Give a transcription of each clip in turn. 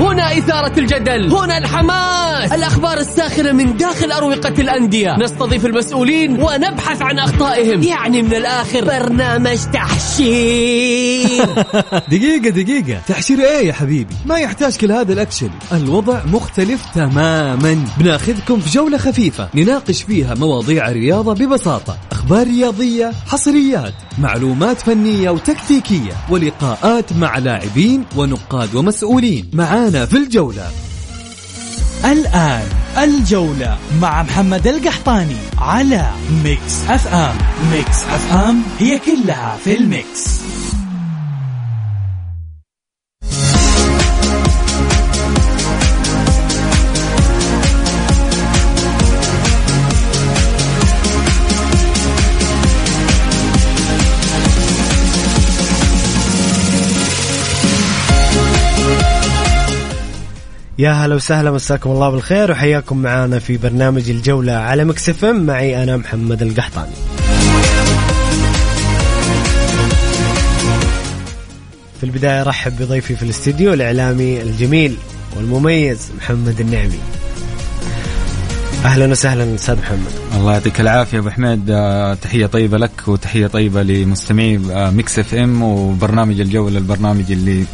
هنا إثارة الجدل، هنا الحماس، الأخبار الساخنة من داخل أروقة الأندية، نستضيف المسؤولين ونبحث عن أخطائهم. يعني من الآخر برنامج تحشير. دقيقة تحشير ايه يا حبيبي؟ ما يحتاج كل هذا الأكشن. الوضع مختلف تماما. بناخذكم في جولة خفيفة نناقش فيها مواضيع الرياضة ببساطة، أخبار رياضية، حصريات، معلومات فنية وتكتيكية، ولقاءات مع لاعبين ونقاد ومسؤولين. معانا في الجولة. الآن الجولة مع محمد القحطاني على ميكس اف ام. ميكس اف ام هي كلها في الميكس. يا هلا وسهلا، مساكم الله بالخير وحياكم معنا في برنامج الجولة على ميكس اف ام. معي أنا محمد القحطاني. في البداية رحب بضيفي في الاستديو الإعلامي الجميل والمميز محمد النعمي. أهلا وسهلا أستاذ محمد. الله يعطيك العافية أبو حميد، تحية طيبة لك وتحية طيبة لمستمعي ميكس اف ام وبرنامج الجولة، البرنامج اللي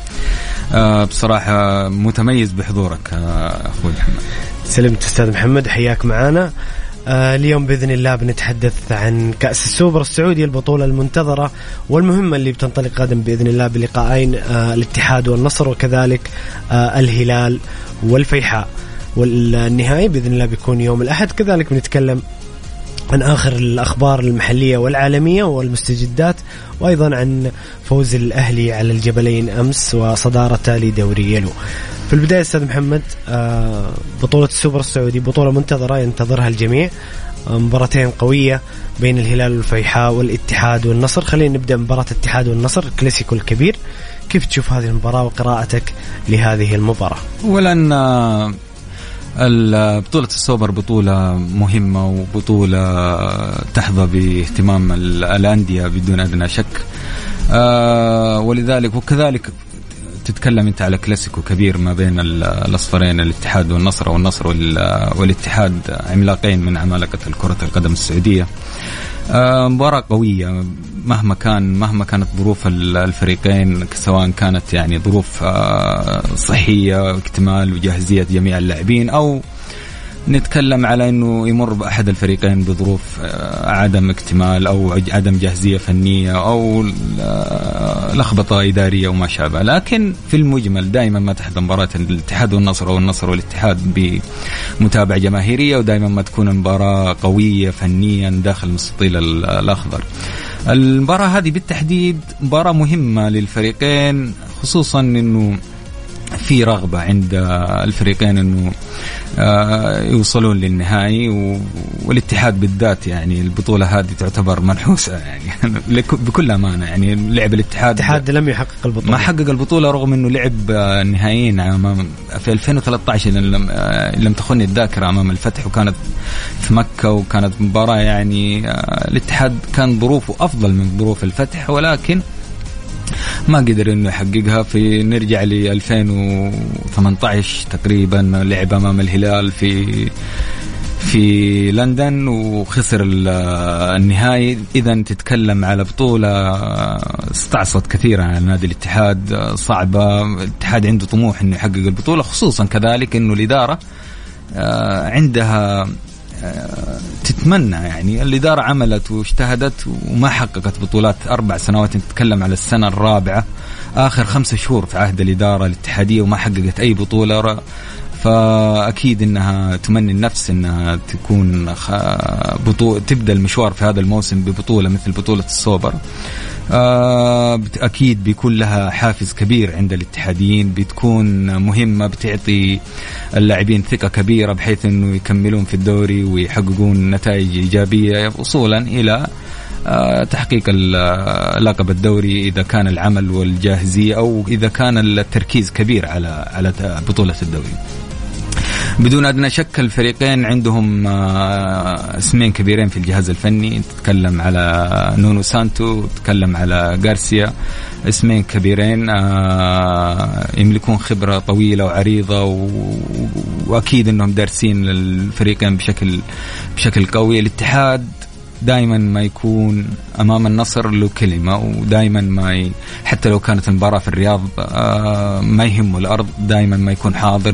بصراحة متميز بحضورك أخوي محمد. سلمت أستاذ محمد، حياك معنا. اليوم بإذن الله بنتحدث عن كأس السوبر السعودي، البطولة المنتظرة والمهمة اللي بتنطلق غدا بإذن الله بلقاءين الاتحاد والنصر، وكذلك الهلال والفيحاء، والنهائي بإذن الله بيكون يوم الأحد. كذلك بنتكلم عن آخر الأخبار المحلية والعالمية والمستجدات، وأيضا عن فوز الأهلي على الجبلين أمس وصدارته لدوري يلو. في البداية أستاذ محمد، بطولة السوبر السعودي بطولة منتظرة ينتظرها الجميع، مباراتين قوية بين الهلال والفيحاء والاتحاد والنصر. خلينا نبدأ مباراة الاتحاد والنصر، كلاسيكو الكبير. كيف تشوف هذه المباراة وقراءتك لهذه المباراة؟ أولا بطولة السوبر بطولة مهمة وبطولة تحظى باهتمام الأندية بدون أدنى شك، ولذلك وكذلك تتكلم أنت على كلاسيكو كبير ما بين الأصفرين الاتحاد والنصر، والنصر والاتحاد عملاقين من عمالقة الكرة القدم السعودية. مباراة قوية مهما كانت ظروف الفريقين، سواء كانت يعني ظروف صحية واكتمال وجاهزية جميع اللاعبين، أو نتكلم على أنه يمر بأحد الفريقين بظروف عدم اكتمال أو عدم جاهزية فنية أو لخبطة إدارية وما شابه. لكن في المجمل دائما ما تحدث مباراة الاتحاد والنصر والنصر والاتحاد بمتابعة جماهيرية، ودائما ما تكون المباراة قوية فنيا داخل المستطيل الأخضر. المباراة هذه بالتحديد مباراة مهمة للفريقين، خصوصا أنه في رغبة عند الفريقين أنه يوصلون للنهائي، والاتحاد بالذات يعني البطولة هذه تعتبر منحوسة يعني بكل أمانة. يعني لعب الاتحاد لم يحقق البطولة، ما حقق البطولة رغم أنه لعب نهائيين أمام في 2013 لم تخني الذاكرة أمام الفتح، وكانت في مكة، وكانت مباراة يعني الاتحاد كان ظروفه أفضل من ظروف الفتح، ولكن ما قدر إنه يحققها. في نرجع ل 2018 تقريبا لعب أمام الهلال في لندن وخسر النهائي. إذا تتكلم على بطولة استعصت كثيرا على نادي الاتحاد، صعبة. الاتحاد عنده طموح إنه يحقق البطولة، خصوصا كذلك إنه الإدارة عندها تتمنى، يعني الإدارة عملت واجتهدت وما حققت بطولات 4 سنوات. نتكلم على السنة الرابعة، آخر 5 شهور في عهد الإدارة الاتحادية وما حققت أي بطولة. فأكيد أنها تمني النفس أنها تكون تبدأ المشوار في هذا الموسم ببطولة مثل بطولة السوبر. أكيد بيكون لها حافز كبير عند الاتحاديين، بتكون مهمة، بتعطي اللاعبين ثقة كبيرة بحيث أنه يكملون في الدوري ويحققون نتائج إيجابية وصولا إلى تحقيق اللقب الدوري، إذا كان العمل والجاهزية أو إذا كان التركيز كبير على بطولة الدوري. بدون أدنى شك الفريقين عندهم اسمين كبيرين في الجهاز الفني. تتكلم على نونو سانتو، تتكلم على غارسيا، اسمين كبيرين يملكون خبرة طويلة وعريضة، وأكيد أنهم دارسين الفريقين بشكل قوي. الاتحاد دائما ما يكون أمام النصر له كلمة، ودائما حتى لو كانت المباراة في الرياض ما يهمه الأرض، دائما ما يكون حاضر.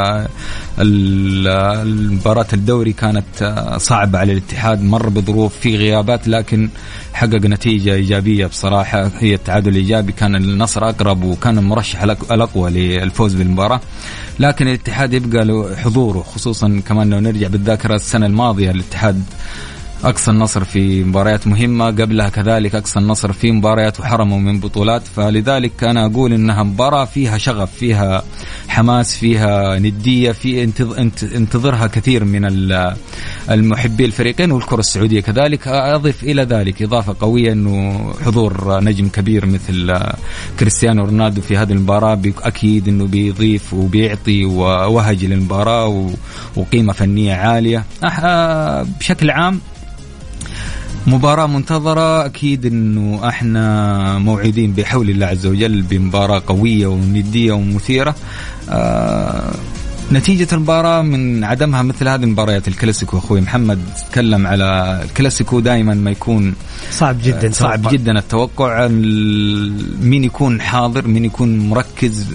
المباراة الدوري كانت صعبة على الاتحاد، مر بظروف في غيابات، لكن حقق نتيجة إيجابية بصراحة، هي التعادل الإيجابي. كان النصر أقرب وكان المرشح الأقوى للفوز بالمباراة، لكن الاتحاد يبقى له حضوره، خصوصا كمان لو نرجع بالذاكرة السنة الماضية الاتحاد أقصى النصر في مباريات مهمة، قبلها كذلك أقصى النصر في مباريات وحرموا من بطولات. فلذلك أنا أقول إنها مباراة فيها شغف، فيها حماس، فيها ندية، في انتظرها كثير من المحبي الفريقين والكرة السعودية كذلك. أضيف إلى ذلك إضافة قوية إنه حضور نجم كبير مثل كريستيانو رونالدو في هذه المباراة أكيد إنه بيضيف وبيعطي وهج للمباراة وقيمة فنية عالية. بشكل عام مباراة منتظرة، أكيد أنه احنا موعدين بحول الله عز وجل بمباراة قوية وندية ومثيرة. نتيجة المباراة من عدمها مثل هذه المباريات الكلاسيكو، أخوي محمد تكلم على الكلاسيكو دائما ما يكون صعب جدا التوقع مين يكون حاضر، مين يكون مركز.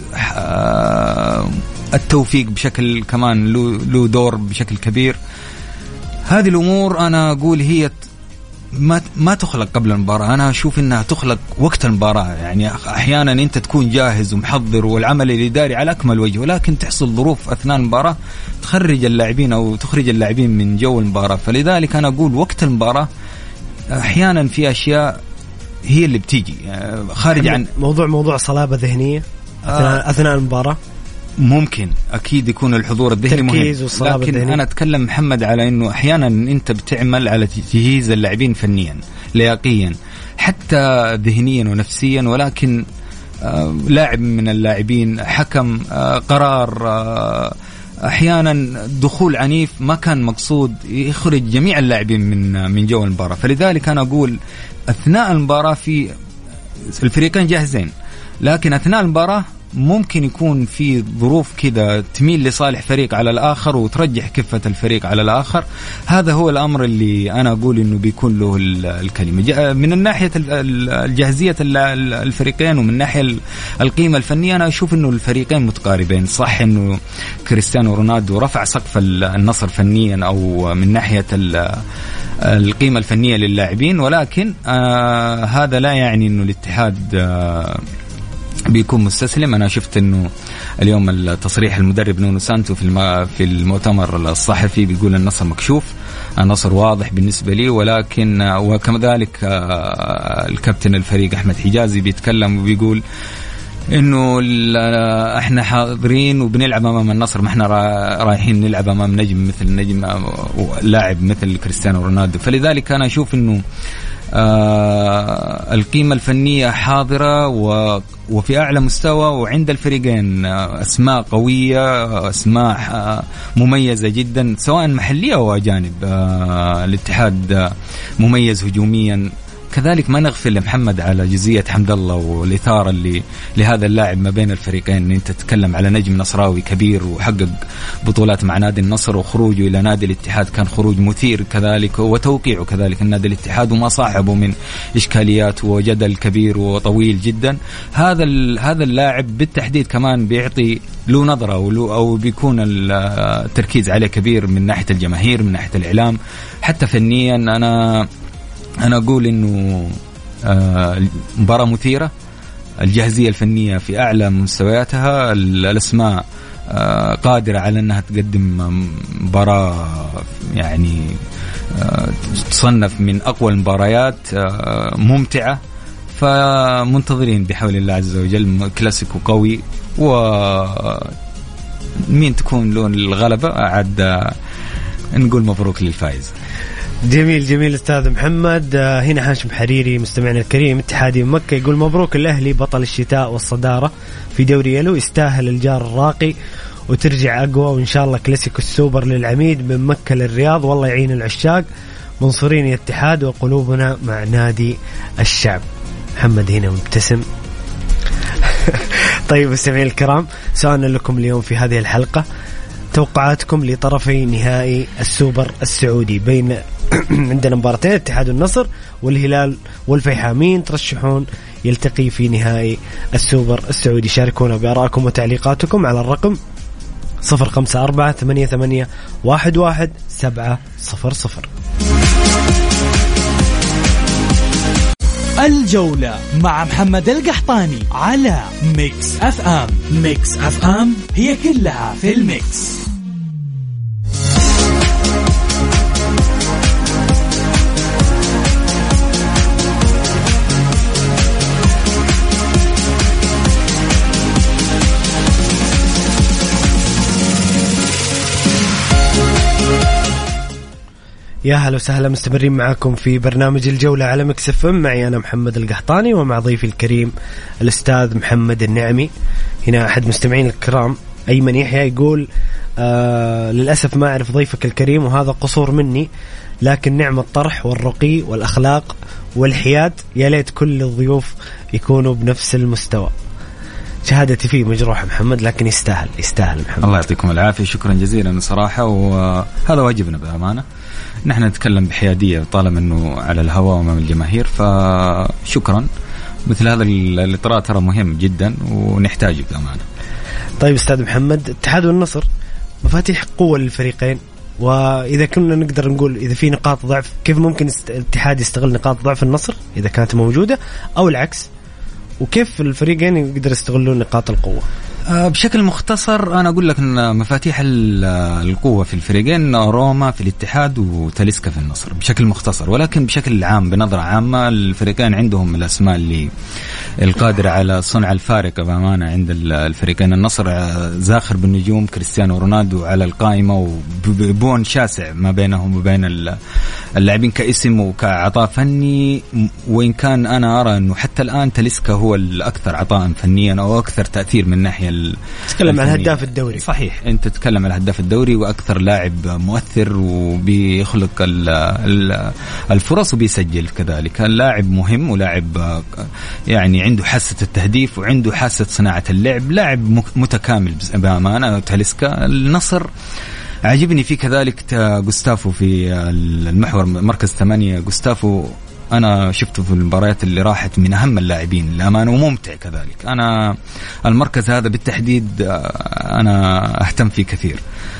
التوفيق بشكل كمان له دور بشكل كبير. هذه الأمور أنا أقول هي ما تخلق قبل المباراة، أنا أشوف إنها تخلق وقت المباراة. يعني أحيانا أنت تكون جاهز ومحضر والعمل الإداري على أكمل وجه، ولكن تحصل ظروف أثناء المباراة تخرج اللاعبين أو تخرج اللاعبين من جو المباراة. فلذلك أنا أقول وقت المباراة أحيانا في أشياء هي اللي بتيجي خارج عن موضوع صلابة ذهنية أثناء المباراة. ممكن أكيد يكون الحضور الذهني مهم، لكن أنا أتكلم محمد على أنه أحيانا أنت بتعمل على تجهيز اللاعبين فنيا لياقيا حتى ذهنيا ونفسيا، ولكن لاعب من اللاعبين حكم قرار أحيانا دخول عنيف ما كان مقصود يخرج جميع اللاعبين من جو المباراة. فلذلك أنا أقول أثناء المباراة في الفريقين جاهزين، لكن أثناء المباراة ممكن يكون في ظروف كذا تميل لصالح فريق على الآخر وترجح كفة الفريق على الآخر. هذا هو الأمر اللي أنا أقول إنه بيكون له الكلمة من الناحية الجاهزية الفريقين، ومن ناحية القيمة الفنية أنا أشوف إنه الفريقين متقاربين. صح إنه كريستيانو رونالدو رفع سقف النصر فنيا أو من ناحية القيمة الفنية للاعبين، ولكن هذا لا يعني إنه الاتحاد بيكون مستسلم. أنا شفت إنه اليوم التصريح المدرب نونو سانتو في المؤتمر الصحفي بيقول النصر مكشوف، النصر واضح بالنسبة لي، ولكن وكذلك الكابتن الفريق أحمد حجازي بيتكلم وبيقول إنه إحنا حاضرين وبنلعب أمام النصر، ما إحنا رايحين نلعب أمام نجم لاعب مثل كريستيانو رونالدو. فلذلك أنا أشوف إنه القيمة الفنية حاضرة وفي أعلى مستوى، وعند الفريقين أسماء قوية، أسماء مميزة جدا سواء محلية أو أجانب. الاتحاد مميز هجوميا، كذلك ما نغفل محمد على جزئية حمد الله والإثارة اللي لهذا اللاعب ما بين الفريقين. أنت تتكلم على نجم نصراوي كبير وحقق بطولات مع نادي النصر، وخروجه إلى نادي الاتحاد كان خروج مثير كذلك، وتوقيعه كذلك النادي الاتحاد وما صاحبه من إشكاليات وجدل كبير وطويل جدا. هذا اللاعب بالتحديد كمان بيعطي له نظرة أو بيكون التركيز عليه كبير من ناحية الجماهير، من ناحية الإعلام، حتى فنيا. أنا أقول إنه مباراة مثيرة، الجاهزية الفنية في أعلى مستوياتها، الأسماء قادرة على أنها تقدم مباراة يعني تصنف من أقوى المباريات، ممتعة. فمنتظرين بحول الله عز وجل كلاسيكو قوي، ومين تكون لون الغلبة عاد نقول مبروك للفائز. جميل أستاذ محمد. هنا هاشم حريري مستمعنا الكريم اتحادي من مكة يقول مبروك الأهلي بطل الشتاء والصدارة في دوري يلو، يستاهل الجار الراقي وترجع أقوى، وإن شاء الله كلاسيكو السوبر للعميد من مكة للرياض، والله يعين العشاق، منصورين الاتحاد وقلوبنا مع نادي الشعب. محمد هنا مبتسم. طيب مستمعين الكرام، سؤالنا لكم اليوم في هذه الحلقة: توقعاتكم لطرفي نهائي السوبر السعودي بين عندنا مباراتين، الاتحاد والنصر والهلال والفيحامين ترشحون يلتقي في نهائي السوبر السعودي. شاركونا بآرائكم وتعليقاتكم على الرقم 0548811700. الجولة مع محمد القحطاني على ميكس اف ام. ميكس اف ام هي كلها في الميكس. يا هلا وسهلا، مستمرين معاكم في برنامج الجولة على ميكس اف ام. معي أنا محمد القحطاني ومع ضيفي الكريم الأستاذ محمد النعمي. هنا أحد مستمعين الكرام أيمن يحيى يقول للأسف ما أعرف ضيفك الكريم وهذا قصور مني، لكن نعم الطرح والرقي والأخلاق والحياد، يا ليت كل الضيوف يكونوا بنفس المستوى. شهادتي فيه مجروحة محمد، لكن يستاهل محمد. الله يعطيكم العافية، شكرا جزيلا صراحة، وهذا واجبنا بأمانة، نحن نتكلم بحيادية طالما أنه على الهواء وأمام الجماهير، فشكرا. مثل هذا الإطراء ترى مهم جدا ونحتاجه بأمانة. طيب أستاذ محمد، الاتحاد والنصر مفاتيح قوة للفريقين، وإذا كنا نقدر نقول إذا في نقاط ضعف، كيف ممكن الاتحاد يستغل نقاط ضعف النصر إذا كانت موجودة، أو العكس، وكيف الفريقين يقدر يستغلون نقاط القوة؟ بشكل مختصر أنا أقول لك أن مفاتيح القوة في الفريقين روما في الاتحاد وتاليسكا في النصر بشكل مختصر، ولكن بشكل عام بنظرة عامة الفريقين عندهم الأسماء اللي القادرة على صنع الفارق بأمانة عند الفريقين. النصر زاخر بالنجوم، كريستيانو رونالدو على القائمة وبون شاسع ما بينهم وبين اللاعبين كاسم وكعطاء فني، وإن كان أنا أرى أنه حتى الآن تاليسكا هو الأكثر عطاء فنيا أو أكثر تأثير من ناحية تتكلم عن الهداف الدوري. صحيح، أنت تتكلم عن الهداف الدوري وأكثر لاعب مؤثر وبيخلق الفرص وبيسجل كذلك. اللاعب مهم ولاعب يعني عنده حاسة التهديف وعنده حاسة صناعة اللعب، لاعب متكامل بأمانة تاليسكا. النصر عجبني فيه كذلك غوستافو في المحور مركز 8. غوستافو أنا شفته في المباريات اللي راحت من أهم اللاعبين للأمانة وممتع كذلك. أنا المركز هذا بالتحديد أنا أهتم فيه كثير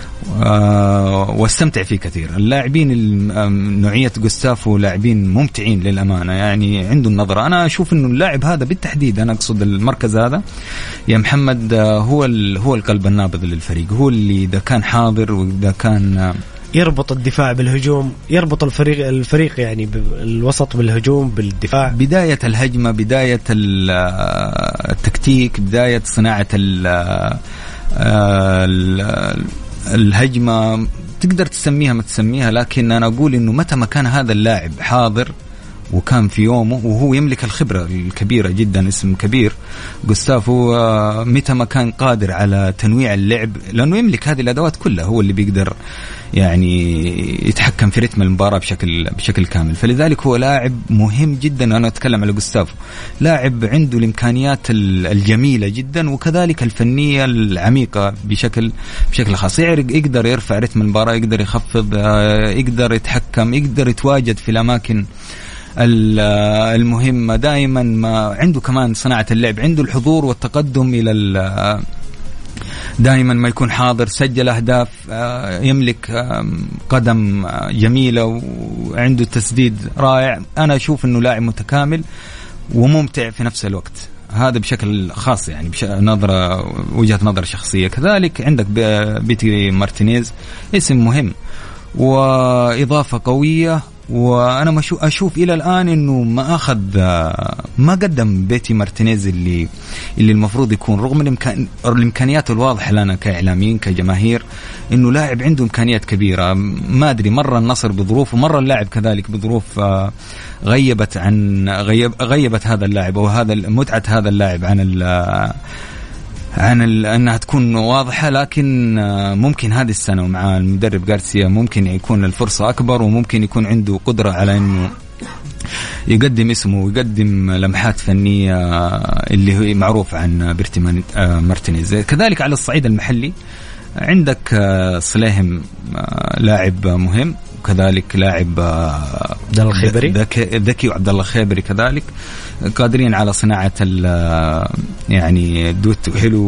واستمتع فيه كثير. اللاعبين نوعية غوستافو لاعبين ممتعين للأمانة، يعني عنده النظرة. أنا أشوف إنه اللاعب هذا بالتحديد، أنا أقصد المركز هذا يا محمد، هو القلب النابض للفريق، هو اللي إذا كان حاضر وإذا كان يربط الدفاع بالهجوم، يربط الفريق يعني الوسط بالهجوم بالدفاع، بداية الهجمة، بداية التكتيك، بداية صناعة الهجمة، تقدر تسميها ما تسميها، لكن أنا أقول إنه متى ما كان هذا اللاعب حاضر وكان في يومه وهو يملك الخبرة الكبيرة جدا، اسم كبير غوستافو، متى ما كان قادر على تنويع اللعب، لأنه يملك هذه الأدوات كلها، هو اللي بيقدر يعني يتحكم في رتم المباراة بشكل كامل. فلذلك هو لاعب مهم جدا. أنا أتكلم على غوستافو، لاعب عنده الإمكانيات الجميلة جدا وكذلك الفنية العميقة بشكل خاص. يقدر يرفع رتم المباراة، يقدر يخفض، يقدر يتحكم، يقدر يتواجد في الأماكن المهمة دائما. ما عنده كمان صناعة اللعب، عنده الحضور والتقدم إلى دائما ما يكون حاضر، سجل أهداف، يملك قدم جميلة وعنده تسديد رائع. أنا أشوف أنه لاعب متكامل وممتع في نفس الوقت، هذا بشكل خاص يعني وجهة نظر شخصية. كذلك عندك بيتي مارتينيز، اسم مهم وإضافة قوية، وأنا أشوف إلى الآن إنه ما قدم بيتي مارتينيز اللي المفروض يكون، رغم الإمكانيات الواضحة لنا كإعلاميين كجماهير إنه لاعب عنده إمكانيات كبيرة. ما أدري، مرة النصر بظروف ومرة اللاعب كذلك بظروف غيبت هذا اللاعب أو متعة هذا اللاعب عن أنها تكون واضحة، لكن ممكن هذه السنة ومع المدرب غارسيا ممكن يكون الفرصة أكبر، وممكن يكون عنده قدرة على أنه يقدم اسمه ويقدم لمحات فنية اللي هو معروف عن بيرتي مارتينيز. كذلك على الصعيد المحلي عندك صليهم لاعب مهم، وكذلك لاعب عبد الله الخيبري ذكي وعبد الله الخيبري كذلك قادرين على صناعة يعني دوت حلو،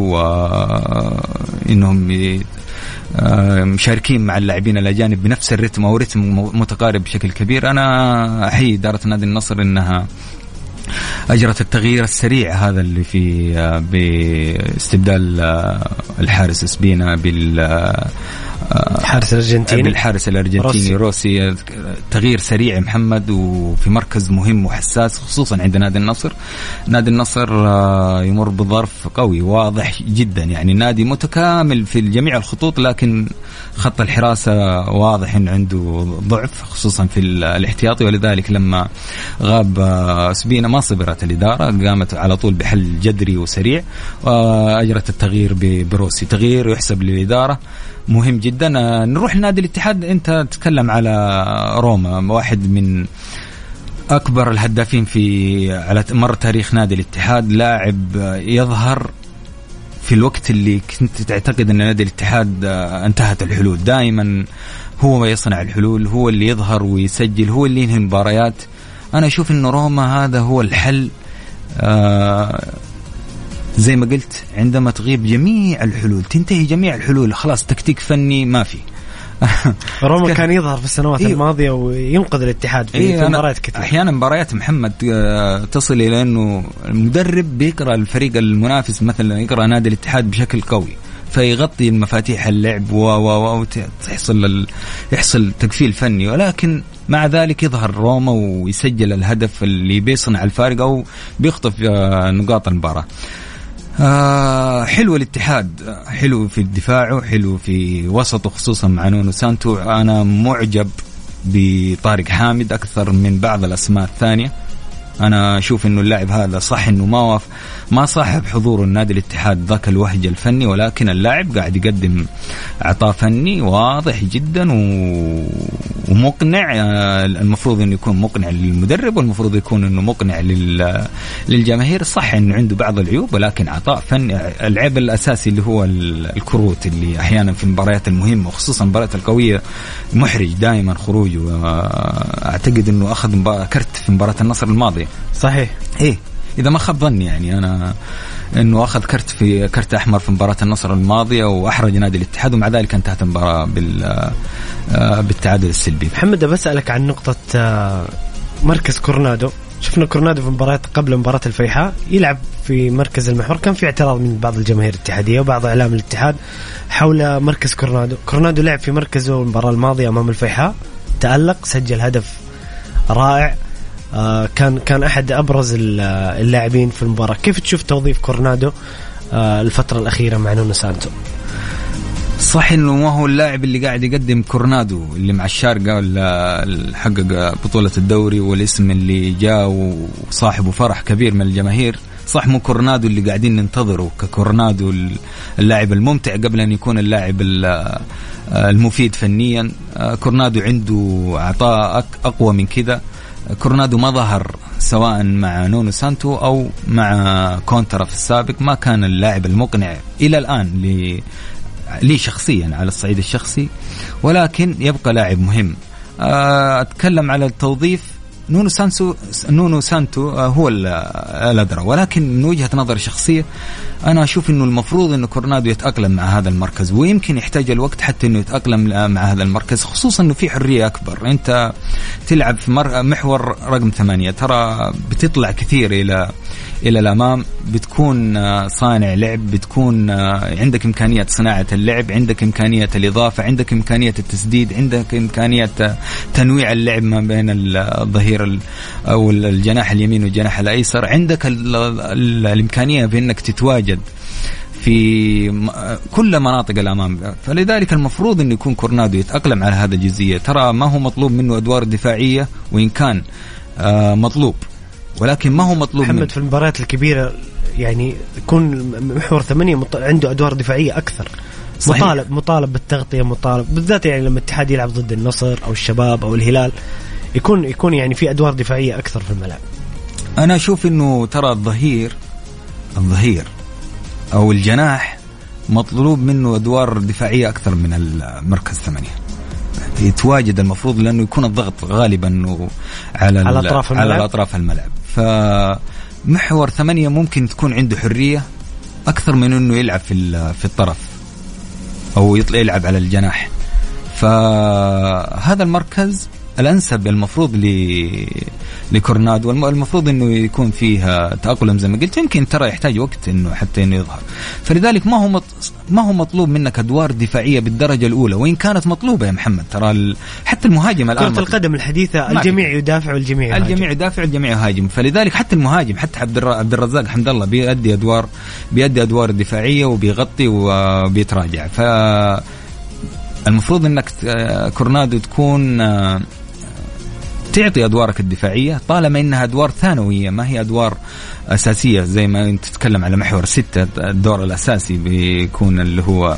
وإنهم مشاركين مع اللاعبين الأجانب بنفس الرتم أو رتم متقارب بشكل كبير. أنا أحيي إدارة نادي النصر إنها أجرت التغيير السريع هذا اللي في باستبدال الحارس سبينا بالحارس الأرجنتيني روسي. تغيير سريع محمد، وفي مركز مهم وحساس خصوصا عند نادي النصر. نادي النصر يمر بظرف قوي واضح جدا، يعني نادي متكامل في جميع الخطوط، لكن خط الحراسة واضح إن عنده ضعف خصوصا في الاحتياطي، ولذلك لما غاب سبينا ما صبرت الإدارة، قامت على طول بحل جذري وسريع وأجرت التغيير بروسي. تغيير يحسب للإدارة مهم جدا. نروح لنادي الاتحاد. أنت تتكلم على روما، واحد من أكبر الهدافين على مر تاريخ نادي الاتحاد، لاعب يظهر في الوقت اللي كنت تعتقد أن نادي الاتحاد انتهت الحلول. دائما هو يصنع الحلول، هو اللي يظهر ويسجل، هو اللي ينهي المباريات. أنا أشوف أنه روما هذا هو الحل. زي ما قلت، عندما تغيب جميع الحلول تنتهي جميع الحلول، خلاص تكتيك فني ما في. روما كان يظهر في السنوات الماضية وينقذ الاتحاد في مباريات كثير. أحيانا مباريات محمد تصل إلى أنه المدرب بيقرأ الفريق المنافس، مثلا يقرأ نادي الاتحاد بشكل قوي فيغطي المفاتيح اللعب يحصل تكفيل فني، ولكن مع ذلك يظهر روما ويسجل الهدف اللي بيصنع الفارق أو بيخطف نقاط المباراة. حلو الاتحاد، حلو في الدفاع وحلو في وسطه خصوصا مع نونو سانتو. أنا معجب بطارق حامد أكثر من بعض الأسماء الثانية. أنا أشوف إنه اللاعب هذا صح إنه ما صاحب حضور النادي الاتحاد ذاك الوهج الفني، ولكن اللاعب قاعد يقدم عطاء فني واضح جدا ومقنع. المفروض إنه يكون مقنع للمدرب، والمفروض يكون إنه مقنع للجماهير. صح إنه عنده بعض العيوب، ولكن عطاء فني. العيب الأساسي اللي هو الكروت، اللي أحيانا في المباريات المهمة وخصوصا المباريات القوية محرج دائما خروجه. أعتقد إنه أخذ كرت في مباراة النصر الماضية. صحيح. إيه، إذا ما خاب ظني يعني أنا إنه أخذ كرت أحمر في مباراة النصر الماضية وأحرج نادي الاتحاد، ومع ذلك انتهت المباراة بالتعادل السلبي. محمد بسألك عن نقطة مركز كورنادو. شفنا كورنادو في مباراة قبل مباراة الفيحاء يلعب في مركز المحور، كان في اعتراض من بعض الجماهير الاتحادية وبعض إعلام الاتحاد حول مركز كورنادو لعب في مركزه المباراة الماضية أمام الفيحاء، تألق، سجل هدف رائع، كان أحد أبرز اللاعبين في المباراة. كيف تشوف توظيف كورنادو الفترة الأخيرة مع نونو سانتو؟ صح إنه ما هو اللاعب اللي قاعد يقدم كورنادو اللي مع الشارقة ولا حقق بطولة الدوري والاسم اللي جاء وصاحبه فرح كبير من الجماهير. صح، مو كورنادو اللي قاعدين ننتظره ككورنادو اللاعب الممتع قبل أن يكون اللاعب المفيد فنيا. كورنادو عنده عطاء أقوى من كذا. كورنادو ما ظهر سواء مع نونو سانتو أو مع كونترا في السابق، ما كان اللاعب المقنع إلى الآن لي شخصيا على الصعيد الشخصي، ولكن يبقى لاعب مهم. أتكلم على التوظيف. نونو سانتو هو الأدرى، ولكن من وجهة نظر شخصية أنا أشوف إنه المفروض إنه كورنادو يتأقلم مع هذا المركز، ويمكن يحتاج الوقت حتى إنه يتأقلم مع هذا المركز، خصوصا إنه في حرية أكبر. أنت تلعب في محور رقم 8، ترى بتطلع كثير إلى الأمام، بتكون صانع لعب، بتكون عندك إمكانية صناعة اللعب، عندك إمكانية الإضافة، عندك إمكانية التسديد، عندك إمكانية تنويع اللعب ما بين الظهير أو الجناح اليمين والجناح الأيسر، عندك الإمكانية بأنك تتواجد في كل مناطق الأمام. فلذلك المفروض أن يكون كورنادو يتأقلم على هذا الجزئية. ترى ما هو مطلوب منه أدوار دفاعية، وإن كان مطلوب، ولكن ما هو مطلوب محمد في المباريات الكبيرة يعني يكون محور 8 عنده أدوار دفاعية أكثر. صحيح. مطالب بالتغطية، مطالب بالذات يعني لما الاتحاد يلعب ضد النصر أو الشباب أو الهلال يكون يعني في أدوار دفاعية أكثر في الملعب. أنا أشوف إنه ترى الظهير أو الجناح مطلوب منه أدوار دفاعية أكثر من المركز 8. يتواجد المفروض لأنه يكون الضغط غالبا على أطراف الملعب. فمحور 8 ممكن تكون عنده حرية أكثر من إنه يلعب في الطرف أو يلعب على الجناح. فهذا المركز الأنسب المفروض لكورنادو، المفروض إنه يكون فيها تأقلم زي ما قلت. يمكن ترى يحتاج وقت إنه حتى إنه يظهر. فلذلك ما هو مطلوب منك أدوار دفاعية بالدرجة الأولى، وإن كانت مطلوبة يا محمد. ترى حتى المهاجم الآن كرة القدم الحديثة الجميع يدافع والجميع يهاجم. الجميع يدافع والجميع يهاجم. فلذلك حتى المهاجم حتى عبد الرزاق حمد الله بيأدي أدوار دفاعية وبيغطي وبيتراجع. فالمفروض إنك كورنادو تكون تعطي أدوارك الدفاعية طالما إنها أدوار ثانوية ما هي أدوار أساسية. زي ما أنت تتكلم على محور 6، الدور الأساسي بيكون اللي هو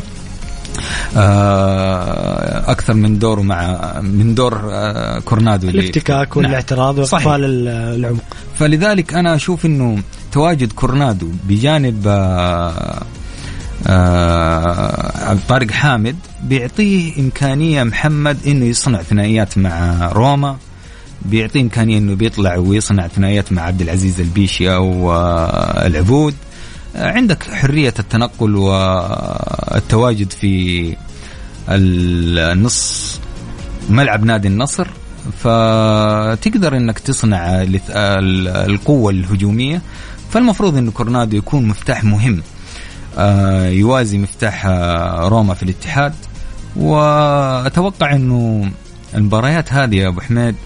أكثر من دور كورنادو، الافتكاك والاعتراض وإقفال العمق. فلذلك أنا أشوف إنه تواجد كورنادو بجانب طارق حامد بيعطيه إمكانية محمد إنه يصنع ثنائيات مع روما، بيعطيه إمكانية إنه بيطلع ويصنع ثنائيات مع عبد العزيز البيشي أو العبود. عندك حرية التنقل والتواجد في النص ملعب نادي النصر، فتقدر إنك تصنع القوة الهجومية. فالمفروض إنه كورنادو يكون مفتاح مهم يوازي مفتاح روما في الاتحاد. وأتوقع إنه المباريات هذه يا أبو حميد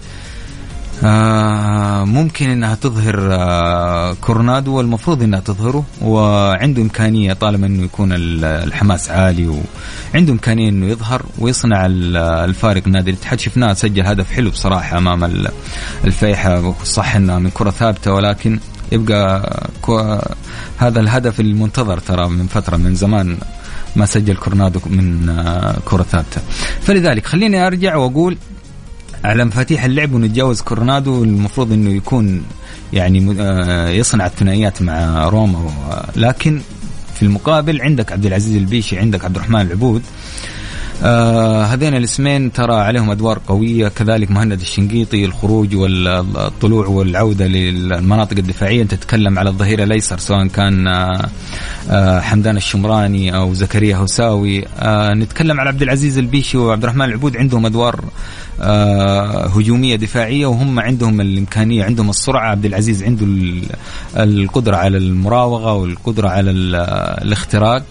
ممكن إنها تظهر كورنادو، والمفروض إنها تظهره، وعنده إمكانية طالما إنه يكون الحماس عالي وعنده إمكانية إنه يظهر ويصنع الفارق. نادي الاتحاد شفناه سجل هدف حلو بصراحة أمام الفيحة، صح إنها من كرة ثابتة ولكن يبقى هذا الهدف المنتظر. ترى من فترة من زمان ما سجل كورنادو من كرة ثابتة. فلذلك خليني أرجع وأقول على مفاتيح اللعب ونتجاوز كورنادو. المفروض إنه يكون يعني يصنع الثنائيات مع روما، لكن في المقابل عندك عبد العزيز البيشي، عندك عبد الرحمن العبود. هذين الاسمين ترى عليهم أدوار قوية. كذلك مهند الشنقيطي، الخروج والطلوع والعودة للمناطق الدفاعية. أنت تتكلم على الظهير الأيسر سواء كان حمدان الشمراني أو زكريا هوساوي. نتكلم على عبد العزيز البيشي وعبد الرحمن العبود، عندهم أدوار هجومية دفاعية وهم عندهم الإمكانية، عندهم السرعة. عبد العزيز عنده القدرة على المراوغة والقدرة على الاختراق.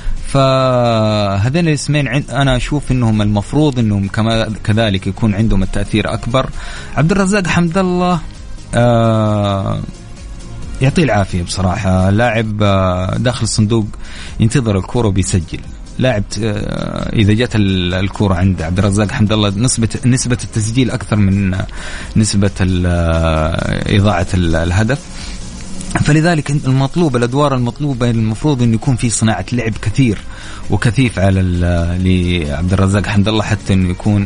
فهذين الاسمين أنا أشوف إنهم المفروض إنهم كذلك يكون عندهم التأثير أكبر. عبد الرزاق حمد الله يعطيه العافية بصراحة، لاعب داخل الصندوق ينتظر الكرة وبيسجل. لاعب إذا جت الكرة عند عبد الرزاق حمد الله نسبة التسجيل أكثر من نسبة إضاعة الهدف. فلذلك الأدوار المطلوبة المفروض أن يكون في صناعة لعب كثير وكثيف على لعبد الرزاق حمد الله حتى أنه يكون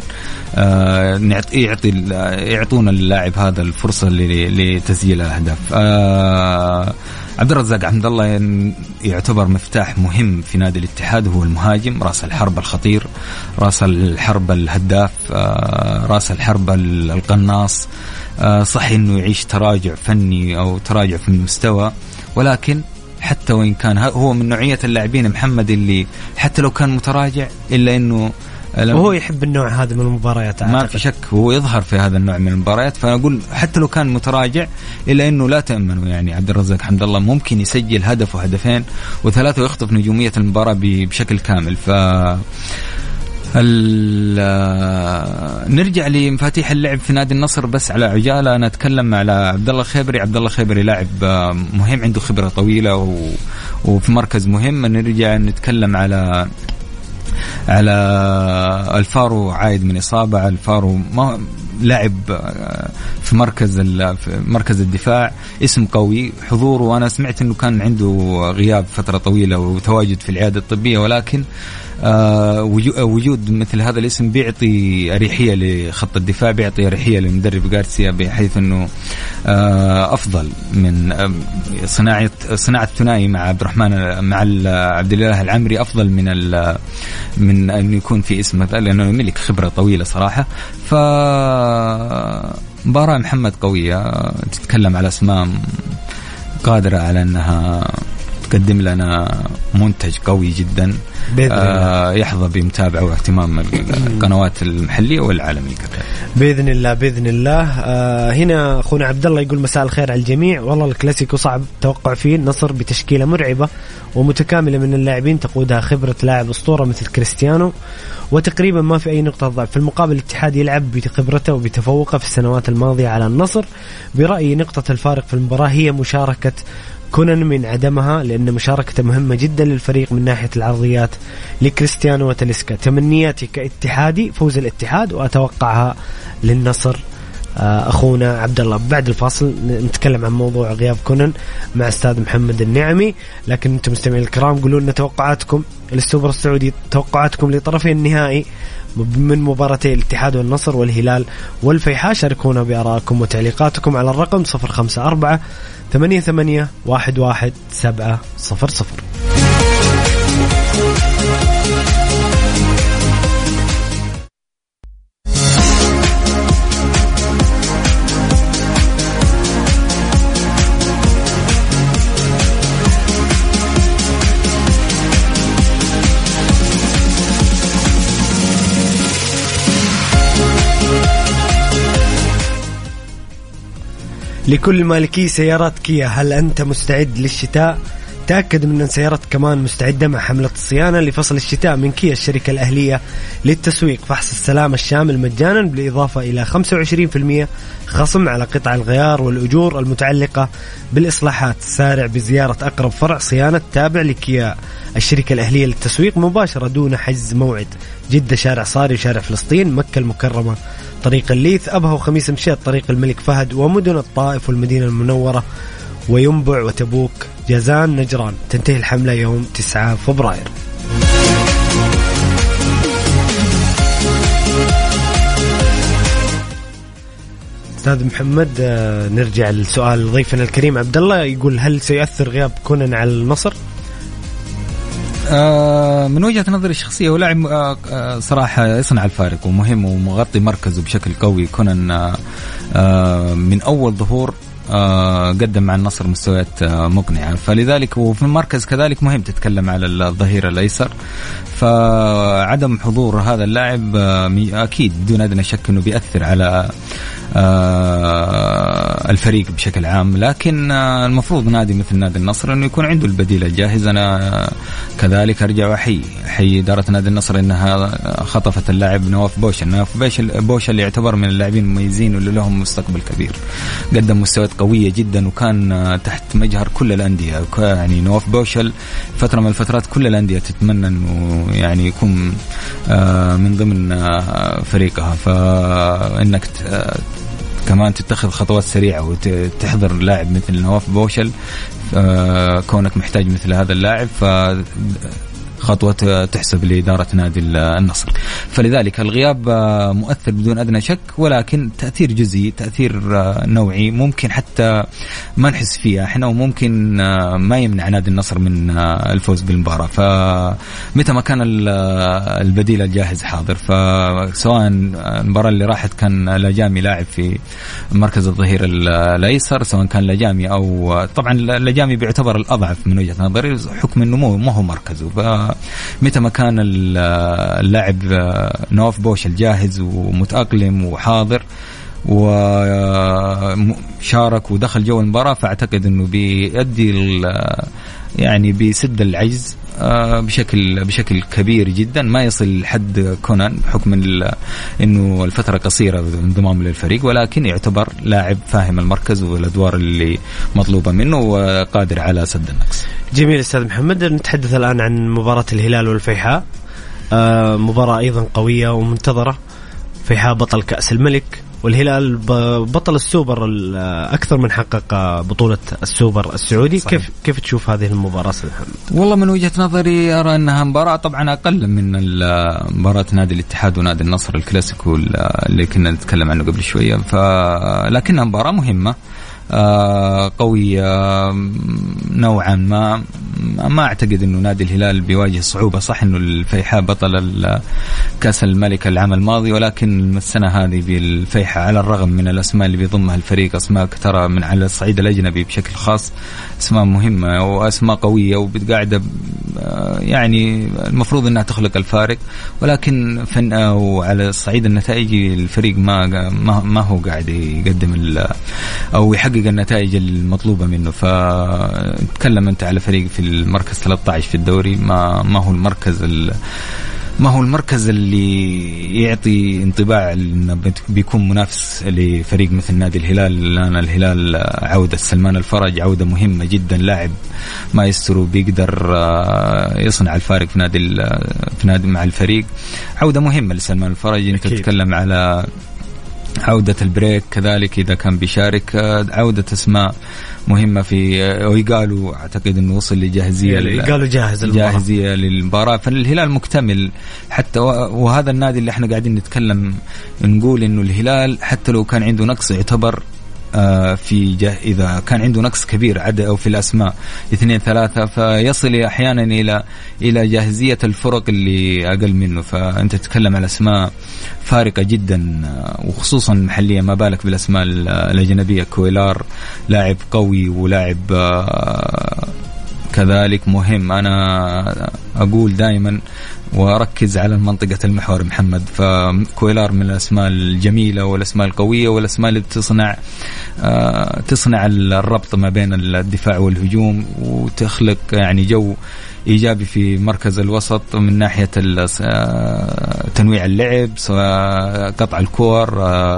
يعطون اللاعب هذا الفرصة لتسجيل الأهداف. عبد الرزاق حمد الله يعتبر مفتاح مهم في نادي الاتحاد، هو المهاجم، رأس الحرب الخطير، رأس الحرب الهداف، رأس الحرب القناص. صحيح أنه يعيش تراجع فني أو تراجع في المستوى، ولكن حتى وإن كان هو من نوعية اللاعبين محمد اللي حتى لو كان متراجع إلا أنه وهو يحب النوع هذا من المباريات. ما في شك هو يظهر في هذا النوع من المباريات. فأنا أقول حتى لو كان متراجع إلا أنه لا تأمنه. يعني عبد الرزاق حمد الله ممكن يسجل هدف وهدفين وثلاثة ويخطف نجومية المباراة بشكل كامل. نرجع لمفاتيح اللعب في نادي النصر بس على عجالة. أنا أتكلم على عبد الله الخيبري. عبد الله الخيبري لاعب مهم، عنده خبرة طويلة وفي مركز مهم. نرجع نتكلم على الفارو، عايد من إصابة. الفارو لاعب في مركز الدفاع، اسم قوي، حضوره، وأنا سمعت أنه كان عنده غياب فترة طويلة وتواجد في العيادة الطبية، ولكن وجود مثل هذا الاسم بيعطي أريحية لخط الدفاع، بيعطي أريحية للمدرب غارسيا، بحيث أنه أفضل من صناعة ثنائي مع عبد الرحمن مع عبد الله العمري، أفضل من أن يكون في اسم مثلا، لأنه يملك خبرة طويلة صراحة. مباراة محمد قوية، تتكلم على أسماء قادرة على أنها تقدم لنا منتج قوي جدا يحظى بمتابعة واهتمام القنوات المحلية والعالمية كذلك بإذن الله. بإذن الله. هنا أخونا عبد الله يقول مساء الخير على الجميع. والله الكلاسيكو صعب توقع فيه. النصر بتشكيلة مرعبة ومتكاملة من اللاعبين تقودها خبرة لاعب أسطورة مثل كريستيانو، وتقريبا ما في أي نقطة ضعف. في المقابل الاتحاد يلعب بخبرته وبتفوقه في السنوات الماضية على النصر. برأيي نقطة الفارق في المباراة هي مشاركة كونان من عدمها، لأن مشاركته مهمة جدا للفريق من ناحية العرضيات لكريستيانو وتاليسكا. تمنياتي كاتحادي فوز الاتحاد وأتوقعها للنصر. أخونا عبد الله بعد الفاصل نتكلم عن موضوع غياب كونان مع أستاذ محمد النعمي. لكن أنتم مستمعين الكرام قولوا لنا توقعاتكم للسوبر السعودي، توقعاتكم لطرفي النهائي من مباراتي الاتحاد والنصر والهلال والفيحاء. شاركونا بآرائكم وتعليقاتكم على الرقم 0548811700. لكل مالكي سيارات كيا، هل أنت مستعد للشتاء؟ تأكد من أن سيارتك كمان مستعدة مع حملة الصيانة لفصل الشتاء من كيا، الشركة الأهلية للتسويق. فحص السلامة الشامل مجانا بالإضافة إلى 25% خصم على قطع الغيار والأجور المتعلقة بالإصلاحات. سارع بزيارة أقرب فرع صيانة تابع لكيا، الشركة الأهلية للتسويق مباشرة دون حجز موعد. جدة شارع صاري، شارع فلسطين، مكة المكرمة طريق الليث، أبها وخميس مشيط طريق الملك فهد، ومدن الطائف والمدينة المنورة وينبع وتبوك جازان نجران. تنتهي الحملة يوم 9 فبراير. أستاذ محمد، نرجع للسؤال ضيفنا الكريم عبد الله. يقول هل سيؤثر غياب كونان على النصر؟ من وجهة نظري الشخصية هو لاعب صراحة يصنع الفارق ومهم ومغطي مركزه بشكل قوي. كونان من أول ظهور قدم مع النصر مستويات مقنعة، فلذلك وفي المركز كذلك مهم تتكلم على الظهير الأيسر. فعدم حضور هذا اللاعب أكيد دون أدنى شك أنه بيأثر على الفريق بشكل عام، لكن المفروض نادي مثل نادي النصر أنه يكون عنده البديل الجاهز. أنا كذلك أرجع وأحيي إدارة نادي النصر أنها خطفت اللاعب نواف بوشل اللي يعتبر من اللاعبين المميزين واللي لهم مستقبل كبير. قدم مستويات قوية جدا وكان تحت مجهر كل الأندية. يعني نواف بوشل فترة من الفترات كل الأندية تتمنى أنه يعني يكون من ضمن فريقها. فإنك كمان تتخذ خطوات سريعة وتحضر لاعب مثل نواف بوشل، كونك محتاج مثل هذا اللاعب، خطوة تحسب لإدارة نادي النصر. فلذلك الغياب مؤثر بدون أدنى شك، ولكن تأثير جزئي، تأثير نوعي، ممكن حتى ما نحس فيها احنا، وممكن ما يمنع نادي النصر من الفوز بالمباراة. فمتى ما كان البديل الجاهز حاضر، فسواء المباراة اللي راحت كان لجامي لاعب في مركز الظهير الأيسر، سواء كان لجامي أو طبعا لجامي بيعتبر الأضعف من وجهة نظري حكم أنه ما هو مركزه. متى ما كان اللاعب نواف بوشل جاهز ومتأقلم وحاضر وشارك ودخل جو المباراة، فأعتقد أنه بيؤدي يعني بيسد العجز بشكل كبير جدا، ما يصل حد كونان بحكم انه الفتره قصيره انضمام للفريق، ولكن يعتبر لاعب فاهم المركز والادوار اللي مطلوبه منه وقادر على سد النقص. جميل استاذ محمد. نتحدث الان عن مباراه الهلال والفيحاء، مباراه ايضا قويه ومنتظره. فيحاء بطل كأس الملك والهلال بطل السوبر أكثر من حقق بطولة السوبر السعودي. صحيح. كيف تشوف هذه المباراة محمد؟ والله من وجهة نظري أرى أنها مباراة طبعا أقل من مباراة نادي الاتحاد ونادي النصر الكلاسيكو اللي كنا نتكلم عنه قبل شوية، لكنها مباراة مهمة قوية نوعا ما أعتقد أنه نادي الهلال بيواجه صعوبة. صح أنه الفيحاء بطل كأس الملك العام الماضي، ولكن السنة هذه بالفيحاء على الرغم من الأسماء اللي بيضمها الفريق أسماء ترى من على الصعيد الأجنبي بشكل خاص أسماء مهمة وأسماء قوية وبتقاعدة، يعني المفروض أنها تخلق الفارق، ولكن وعلى الصعيد النتائجي الفريق ما هو قاعد يقدم أو يحقق النتائج المطلوبة منه. فتكلم أنت على فريق في المركز 13 في الدوري، ما هو المركز اللي يعطي انطباع انه بيكون منافس لفريق مثل نادي الهلال. الآن الهلال عودة سلمان الفرج عودة مهمة جدا، لاعب ما يستر بيقدر يصنع الفارق في نادي مع الفريق، عودة مهمة لسلمان الفرج. انت تتكلم على عودة البريك كذلك إذا كان بيشارك، عودة اسماء مهمة في ويقالوا أعتقد أنه وصل لجاهزية، قالوا جاهزية للمباراة. فالهلال مكتمل حتى وهذا النادي اللي احنا قاعدين نقول أنه الهلال حتى لو كان عنده نقص يعتبر إذا كان عنده نقص كبير عدد أو في الأسماء 2-3 فيصل أحيانا إلى جاهزية الفرق اللي أقل منه. فأنت تتكلم على أسماء فارقة جدا وخصوصا محلية، ما بالك بالأسماء الأجنبية. كويلار لاعب قوي ولاعب كذلك مهم. أنا أقول دائما وأركز على منطقة المحور محمد، فكويلار من الأسماء الجميلة والأسماء القوية والأسماء اللي تصنع الربط ما بين الدفاع والهجوم وتخلق يعني جو إيجابي في مركز الوسط من ناحية تنويع اللعب، سواء قطع الكور،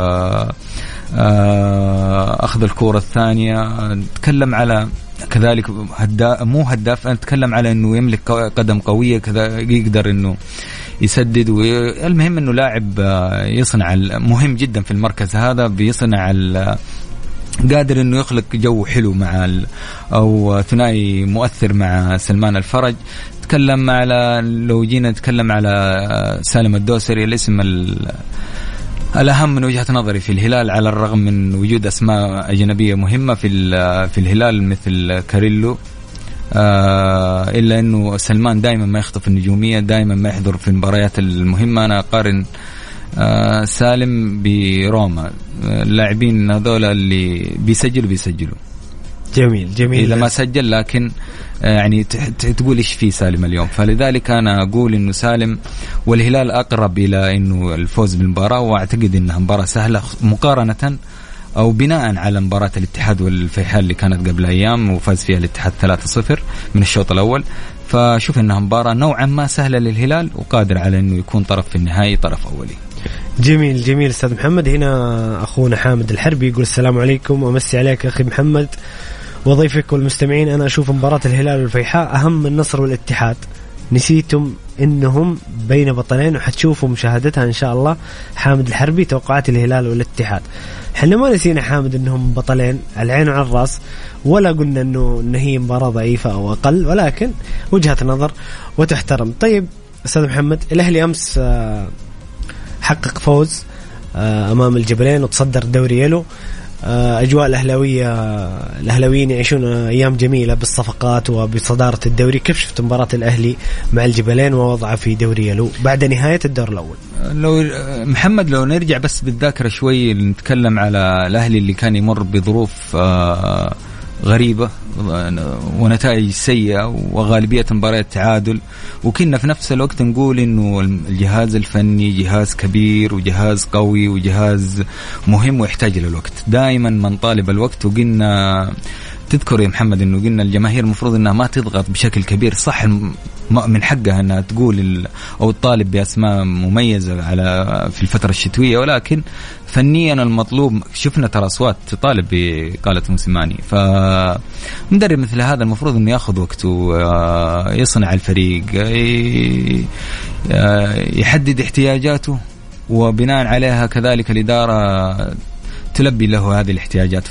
أخذ الكورة الثانية. نتكلم على كذلك مو هداف، نتكلم على أنه يملك قدم قوية كذا، يقدر أنه يسدد. والمهم أنه لاعب يصنع مهم جدا في المركز هذا، بيصنع قادر أنه يخلق جو حلو مع أو ثنائي مؤثر مع سلمان الفرج. تكلم على لو جينا نتكلم على سالم الدوسري، الاسم الأهم من وجهة نظري في الهلال على الرغم من وجود أسماء أجنبية مهمة في الهلال مثل كاريلو، إلا أنه سلمان دائما ما يخطف النجومية، دائما ما يحضر في المباريات المهمة. أنا أقارن سالم بروما، اللاعبين هذول اللي بيسجلوا جميل إذا ما سجل، لكن يعني تقول إيش في سالم اليوم. فلذلك أنا أقول إنه سالم والهلال أقرب إلى إنه الفوز بالمباراة، وأعتقد إنها مباراة سهلة مقارنة أو بناء على مباراة الاتحاد والفيحاء اللي كانت قبل أيام وفاز فيها الاتحاد 3-0 من الشوط الأول. فشوف إنها مباراة نوعا ما سهلة للهلال وقادر على إنه يكون طرف في النهائي، طرف أولي. جميل أستاذ محمد. هنا أخونا حامد الحربي يقول السلام عليكم ومسي عليك أخي محمد وضيفك والمستمعين. أنا أشوف مباراة الهلال والفيحاء أهم من النصر والاتحاد. نسيتم إنهم بين بطلين وحتشوفوا مشاهدتها إن شاء الله. حامد الحربي توقعات الهلال والاتحاد. حنا ما نسينا حامد إنهم بطلين، العين وعلى الرأس، ولا قلنا إنه هي مباراة ضعيفة أو أقل، ولكن وجهة نظر وتحترم. طيب أستاذ محمد، الأهلي أمس حقق فوز أمام الجبلين وتصدر دوري يلو. أجواء الأهلاويين يعيشون أيام جميلة بالصفقات وبصدارة الدوري. كيف شفت مباراة الأهلي مع الجبلين ووضعه في دوري يلو بعد نهاية الدور الأول؟ لو نرجع بس بالذاكرة شوي نتكلم على الأهلي اللي كان يمر بظروف غريبة ونتائج سيئة وغالبية مباريات تعادل، وكنا في نفس الوقت نقول إنه الجهاز الفني جهاز كبير وجهاز قوي وجهاز مهم ويحتاج للوقت. دائما من طالب الوقت، وقلنا تذكر يا محمد إنه قلنا الجماهير المفروض إنها ما تضغط بشكل كبير. صح من حقها أنها تقول أو الطالب بأسماء مميزة في الفترة الشتوية، ولكن فنيا المطلوب شفنا ترى أصوات تطالب بقالة موسيماني. فمدرب مثل هذا المفروض أنه يأخذ وقته، يصنع الفريق، يحدد احتياجاته وبناء عليها كذلك الإدارة تلبي له هذه الاحتياجات.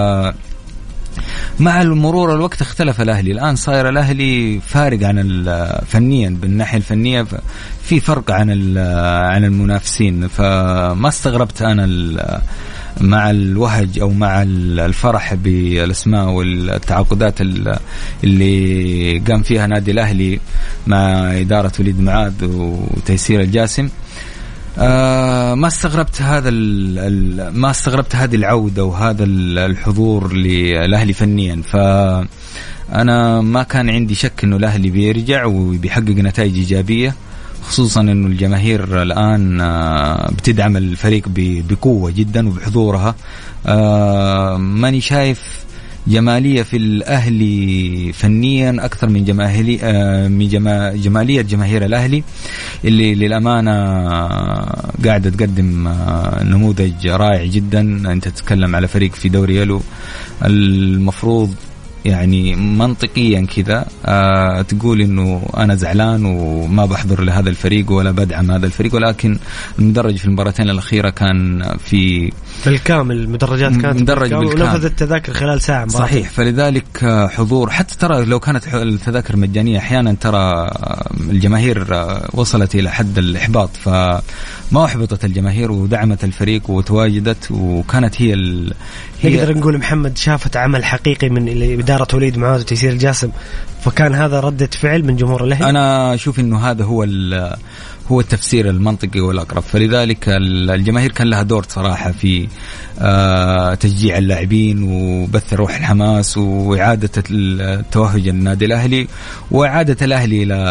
مع المرور الوقت اختلف الأهلي، الآن صاير الأهلي فارق عن فنيا، بالناحية الفنية في فرق عن المنافسين. فما استغربت أنا مع الوهج أو مع الفرح بالأسماء والتعاقدات اللي قام فيها نادي الأهلي مع إدارة وليد معاذ وتيسير الجاسم. ما استغربت ما استغربت هذه العودة وهذا الحضور للأهلي فنيا. فأنا ما كان عندي شك إنه الأهلي بيرجع وبيحقق نتائج إيجابية، خصوصا إنه الجماهير الآن بتدعم الفريق بقوة جدا وبحضورها. ماني شايف جمالية في الأهلي فنيا أكثر من جمالية جماهير الأهلي اللي للأمانة قاعدة تقدم نموذج رائع جدا. أنت تتكلم على فريق في دوري يلو، المفروض يعني منطقيا كذا تقول إنه أنا زعلان وما بحضر لهذا الفريق ولا بدعم هذا الفريق، ولكن المدرج في المباراتين الأخيرة كان في بالكامل، المدرجات كانت مدرج بالكامل ونفذ التذاكر خلال ساعة مباراتين. صحيح، فلذلك حضور، حتى ترى لو كانت التذاكر مجانية أحيانا ترى الجماهير وصلت إلى حد الإحباط، فما أحبطت الجماهير ودعمت الفريق وتواجدت، وكانت هي نقدر نقول محمد شافت عمل حقيقي من إدارة وليد معاذ وتيسير الجاسم، فكان هذا ردة فعل من جمهور الأهلي. أنا أشوف إنه هذا هو التفسير المنطقي والأقرب. فلذلك الجماهير كان لها دور صراحة في تشجيع اللاعبين وبث روح الحماس وإعادة التوهج النادي الأهلي وإعادة الأهلي إلى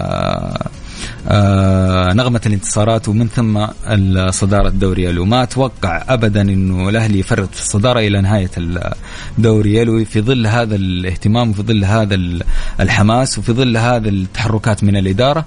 نغمة الانتصارات ومن ثم الصدارة الدوري يلو. ما أتوقع أبدا إنه الأهلي يفرط في الصدارة إلى نهاية الدوري يلو في ظل هذا الاهتمام وفي ظل هذا الحماس وفي ظل هذا التحركات من الإدارة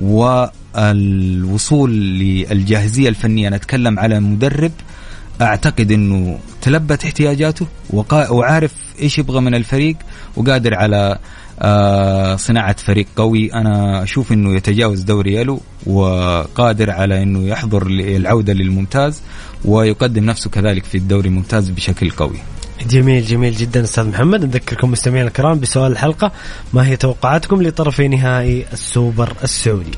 والوصول للجاهزية الفنية. نتكلم على مدرب أعتقد أنه تلبت احتياجاته وعارف إيش يبغى من الفريق وقادر على صناعة فريق قوي. أنا أشوف أنه يتجاوز دوري يلو وقادر على أنه يحضر العودة للممتاز ويقدم نفسه كذلك في الدوري الممتاز بشكل قوي. جميل جميل جدا أستاذ محمد. نذكركم مستمعينا الكرام بسؤال الحلقة: ما هي توقعاتكم لطرفي نهائي السوبر السعودي؟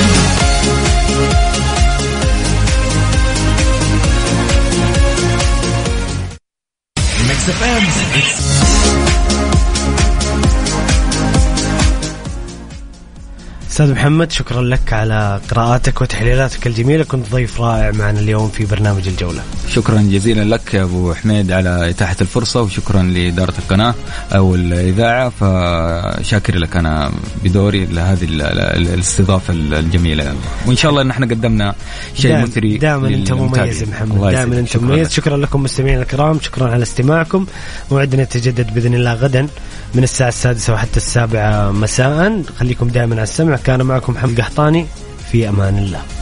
أستاذ محمد شكرا لك على قراءاتك وتحليلاتك الجميلة، كنت ضيف رائع معنا اليوم في برنامج الجولة. شكرا جزيلا لك يا أبو حميد على إتاحة الفرصة، وشكرا لإدارة القناة أو الإذاعة، فشاكر لك أنا بدوري لهذه الاستضافة الجميلة، وإن شاء الله إن احنا قدمنا شيء مثري. دائما أنت مميز يا محمد، دائما أنت مميز. شكرا لكم مستمعين الكرام، شكرا على استماعكم. موعدنا يتجدد بإذن الله غدا من الساعة 6 وحتى 7 مساء. خليكم دائما على السمع. كان معكم محمد القحطاني، في أمان الله.